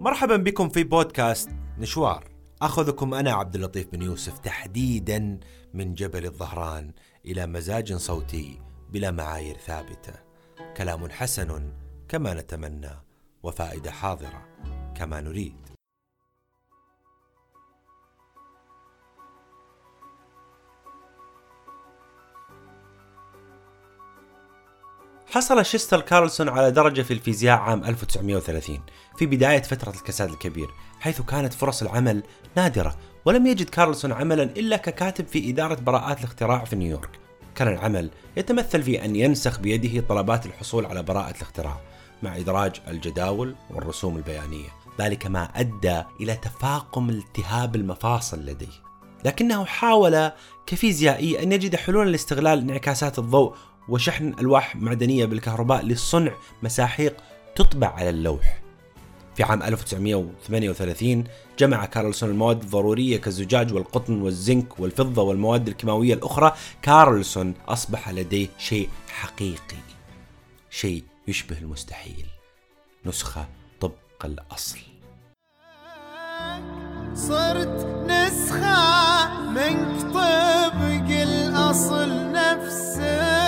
مرحبا بكم في بودكاست نشوار. أخذكم أنا عبد اللطيف بن يوسف تحديدا من جبل الظهران إلى مزاج صوتي بلا معايير ثابتة، كلام حسن كما نتمنى وفائدة حاضرة كما نريد. حصل شيستر كارلسون على درجة في الفيزياء عام 1930 في بداية فترة الكساد الكبير، حيث كانت فرص العمل نادرة، ولم يجد كارلسون عملا إلا ككاتب في إدارة براءات الاختراع في نيويورك. كان العمل يتمثل في أن ينسخ بيده طلبات الحصول على براءة الاختراع مع إدراج الجداول والرسوم البيانية، ذلك ما أدى إلى تفاقم التهاب المفاصل لديه. لكنه حاول كفيزيائي أن يجد حلولا لاستغلال انعكاسات الضوء وشحن ألواح معدنية بالكهرباء لصنع مساحيق تطبع على اللوح. في عام 1938 جمع كارلسون المواد الضرورية كالزجاج والقطن والزنك والفضة والمواد الكيماوية الأخرى. كارلسون أصبح لديه شيء حقيقي، شيء يشبه المستحيل، نسخة طبق الأصل. صرت نسخة منك طبق الأصل نفسك،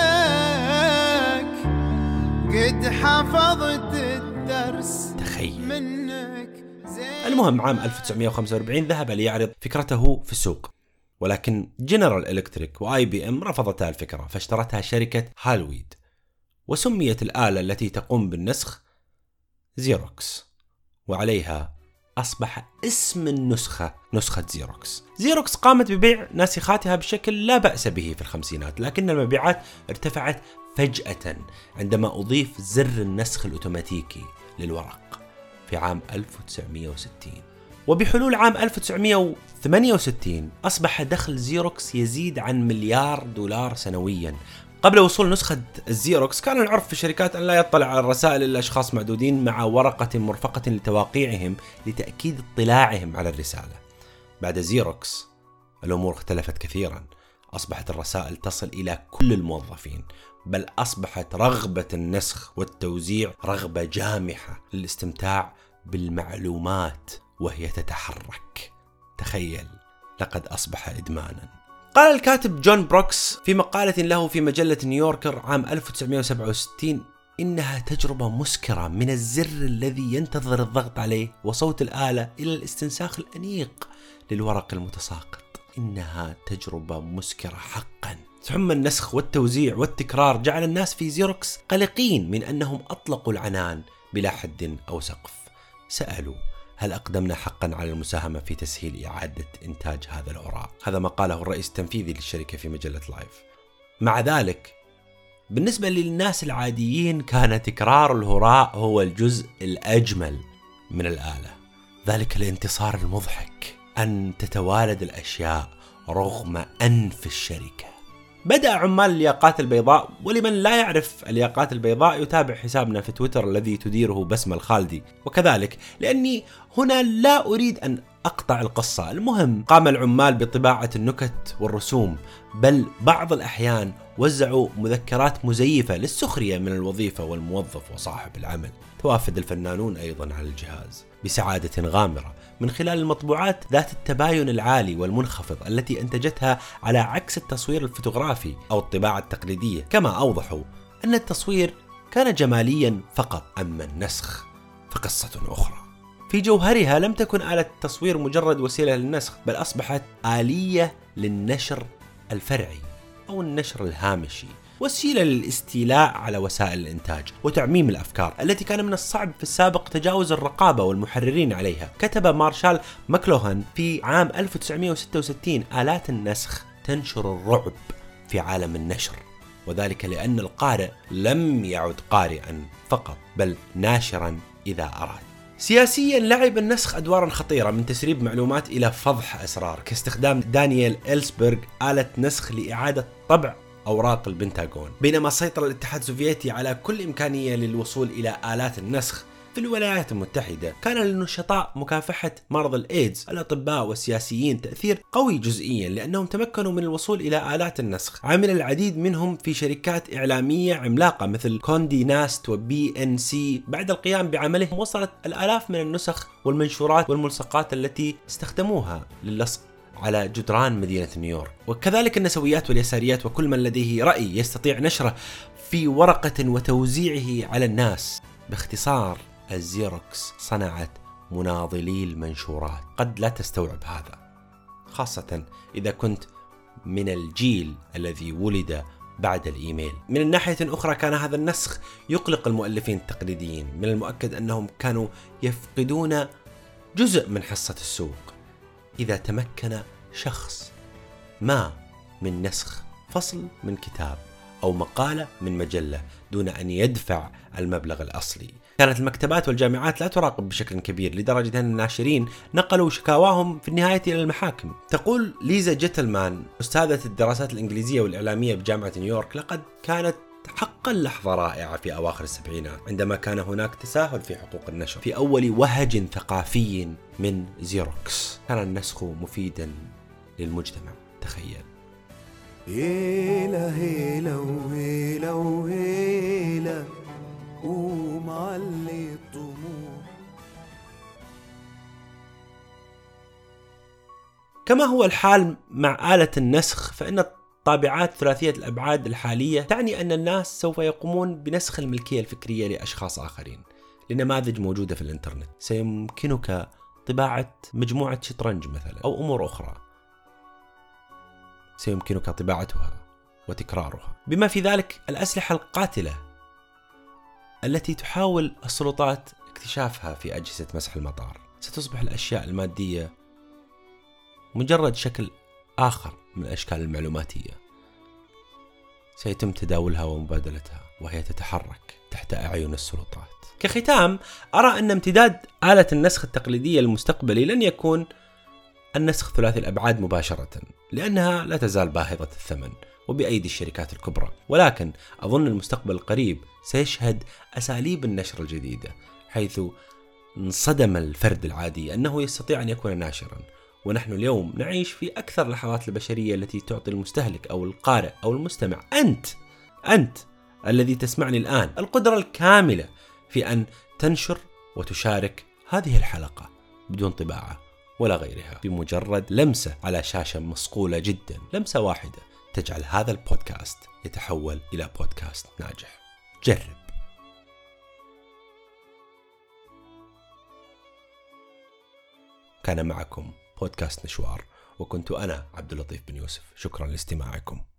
قد حفظت الدرس تخيل. منك. المهم عام 1945 ذهب ليعرض فكرته في السوق، ولكن جنرال إلكتريك وآي بي إم رفضتا الفكرة، فاشترتها شركة هالويد، وسميت الآلة التي تقوم بالنسخ زيروكس، وعليها أصبح اسم النسخة نسخة زيروكس. زيروكس قامت ببيع ناسخاتها بشكل لا بأس به في الخمسينات، لكن المبيعات ارتفعت فجأة عندما أضيف زر النسخ الأوتوماتيكي للورق في عام 1960. وبحلول عام 1968 أصبح دخل زيروكس يزيد عن $1,000,000,000 سنويا. قبل وصول نسخة الزيروكس كان العرف في الشركات أن لا يطلع على الرسائل إلا أشخاص معدودين مع ورقة مرفقة لتواقيعهم لتأكيد اطلاعهم على الرسالة. بعد زيروكس الأمور اختلفت كثيرا، أصبحت الرسائل تصل إلى كل الموظفين، بل أصبحت رغبة النسخ والتوزيع رغبة جامحة للاستمتاع بالمعلومات وهي تتحرك. تخيل، لقد أصبح إدمانا. قال الكاتب جون بروكس في مقالة له في مجلة نيويوركر عام 1967 إنها تجربة مسكرة، من الزر الذي ينتظر الضغط عليه وصوت الآلة إلى الاستنساخ الأنيق للورق المتساقط. إنها تجربة مسكرة حقا. ثم النسخ والتوزيع والتكرار جعل الناس في زيروكس قلقين من أنهم أطلقوا العنان بلا حد أو سقف. سألوا: هل أقدمنا حقا على المساهمة في تسهيل إعادة إنتاج هذا الهراء؟ هذا ما قاله الرئيس التنفيذي للشركة في مجلة لايف. مع ذلك بالنسبة للناس العاديين كان تكرار الهراء هو الجزء الأجمل من الآلة، ذلك الانتصار المضحك، أن تتوالد الأشياء رغم أنف الشركة. بدأ عمال الياقات البيضاء، ولمن لا يعرف الياقات البيضاء يتابع حسابنا في تويتر الذي تديره بسمة الخالدي. وكذلك لأني هنا لا أريد أن أقطع القصة، المهم قام العمال بطباعة النكت والرسوم، بل بعض الأحيان وزعوا مذكرات مزيفة للسخرية من الوظيفة والموظف وصاحب العمل. توافد الفنانون أيضا على الجهاز بسعادة غامرة من خلال المطبوعات ذات التباين العالي والمنخفض التي أنتجتها، على عكس التصوير الفوتوغرافي أو الطباعة التقليدية. كما أوضحوا أن التصوير كان جماليا فقط، أما النسخ فقصة أخرى. في جوهرها لم تكن آلة التصوير مجرد وسيلة للنسخ، بل أصبحت آلية للنشر الفرعي أو النشر الهامشي، وسيلة للاستيلاء على وسائل الإنتاج وتعميم الأفكار التي كان من الصعب في السابق تجاوز الرقابة والمحررين عليها. كتب مارشال ماكلوهان في عام 1966: آلات النسخ تنشر الرعب في عالم النشر، وذلك لأن القارئ لم يعد قارئا فقط، بل ناشرا إذا أراد. سياسيا لعب النسخ أدوارا خطيرة، من تسريب معلومات إلى فضح أسرار، كاستخدام دانييل إلسبرغ آلة نسخ لإعادة طبع أوراق البنتاغون. بينما سيطر الاتحاد السوفيتي على كل إمكانية للوصول إلى آلات النسخ، في الولايات المتحدة كان للنشطاء مكافحة مرض الإيدز الأطباء والسياسيين تأثير قوي جزئيا لأنهم تمكنوا من الوصول إلى آلات النسخ. عمل العديد منهم في شركات إعلامية عملاقة مثل كوندي ناست وبي إن سي. بعد القيام بعملهم وصلت الآلاف من النسخ والمنشورات والملصقات التي استخدموها للصق على جدران مدينة نيويورك. وكذلك النسويات واليساريات وكل من لديه رأي يستطيع نشره في ورقة وتوزيعه على الناس. باختصار الزيروكس صنعت مناضلي المنشورات. قد لا تستوعب هذا، خاصة إذا كنت من الجيل الذي ولد بعد الإيميل. من الناحية الأخرى كان هذا النسخ يقلق المؤلفين التقليديين. من المؤكد أنهم كانوا يفقدون جزء من حصة السوق إذا تمكن شخص ما من نسخ فصل من كتاب أو مقالة من مجلة دون أن يدفع المبلغ الأصلي. كانت المكتبات والجامعات لا تراقب بشكل كبير لدرجة أن الناشرين نقلوا شكاواهم في النهاية إلى المحاكم. تقول ليزا جيتلمان أستاذة الدراسات الإنجليزية والإعلامية بجامعة نيويورك: لقد كانت حقا لحظة رائعة في أواخر السبعينات عندما كان هناك تساهل في حقوق النشر. في أول وهج ثقافي من زيروكس كان النسخ مفيدا للمجتمع. تخيل. هيلا هيلا وهيلا وهيلا ومعلي الطموح. كما هو الحال مع آلة النسخ، فإن الطابعات ثلاثية الأبعاد الحالية تعني أن الناس سوف يقومون بنسخ الملكية الفكرية لأشخاص آخرين لنماذج موجودة في الإنترنت. سيمكنك طباعة مجموعة شطرنج مثلا أو أمور أخرى، سيمكنك طباعتها وتكرارها، بما في ذلك الأسلحة القاتلة التي تحاول السلطات اكتشافها في أجهزة مسح المطار. ستصبح الأشياء المادية مجرد شكل آخر من الأشكال المعلوماتية سيتم تداولها ومبادلتها وهي تتحرك تحت أعين السلطات. كختام، أرى أن امتداد آلة النسخ التقليدية المستقبلي لن يكون النسخ ثلاثي الأبعاد مباشرة، لأنها لا تزال باهظة الثمن وبأيدي الشركات الكبرى، ولكن أظن المستقبل القريب سيشهد أساليب النشر الجديدة، حيث انصدم الفرد العادي أنه يستطيع أن يكون ناشرا. ونحن اليوم نعيش في أكثر لحظات البشرية التي تعطي المستهلك أو القارئ أو المستمع، أنت الذي تسمعني الآن، القدرة الكاملة في أن تنشر وتشارك هذه الحلقة بدون طباعة ولا غيرها، بمجرد لمسة على شاشة مصقولة جدا. لمسة واحدة تجعل هذا البودكاست يتحول إلى بودكاست ناجح. جرب. كان معكم بودكاست نشوار، وكنت أنا عبد اللطيف بن يوسف. شكرا لاستماعكم.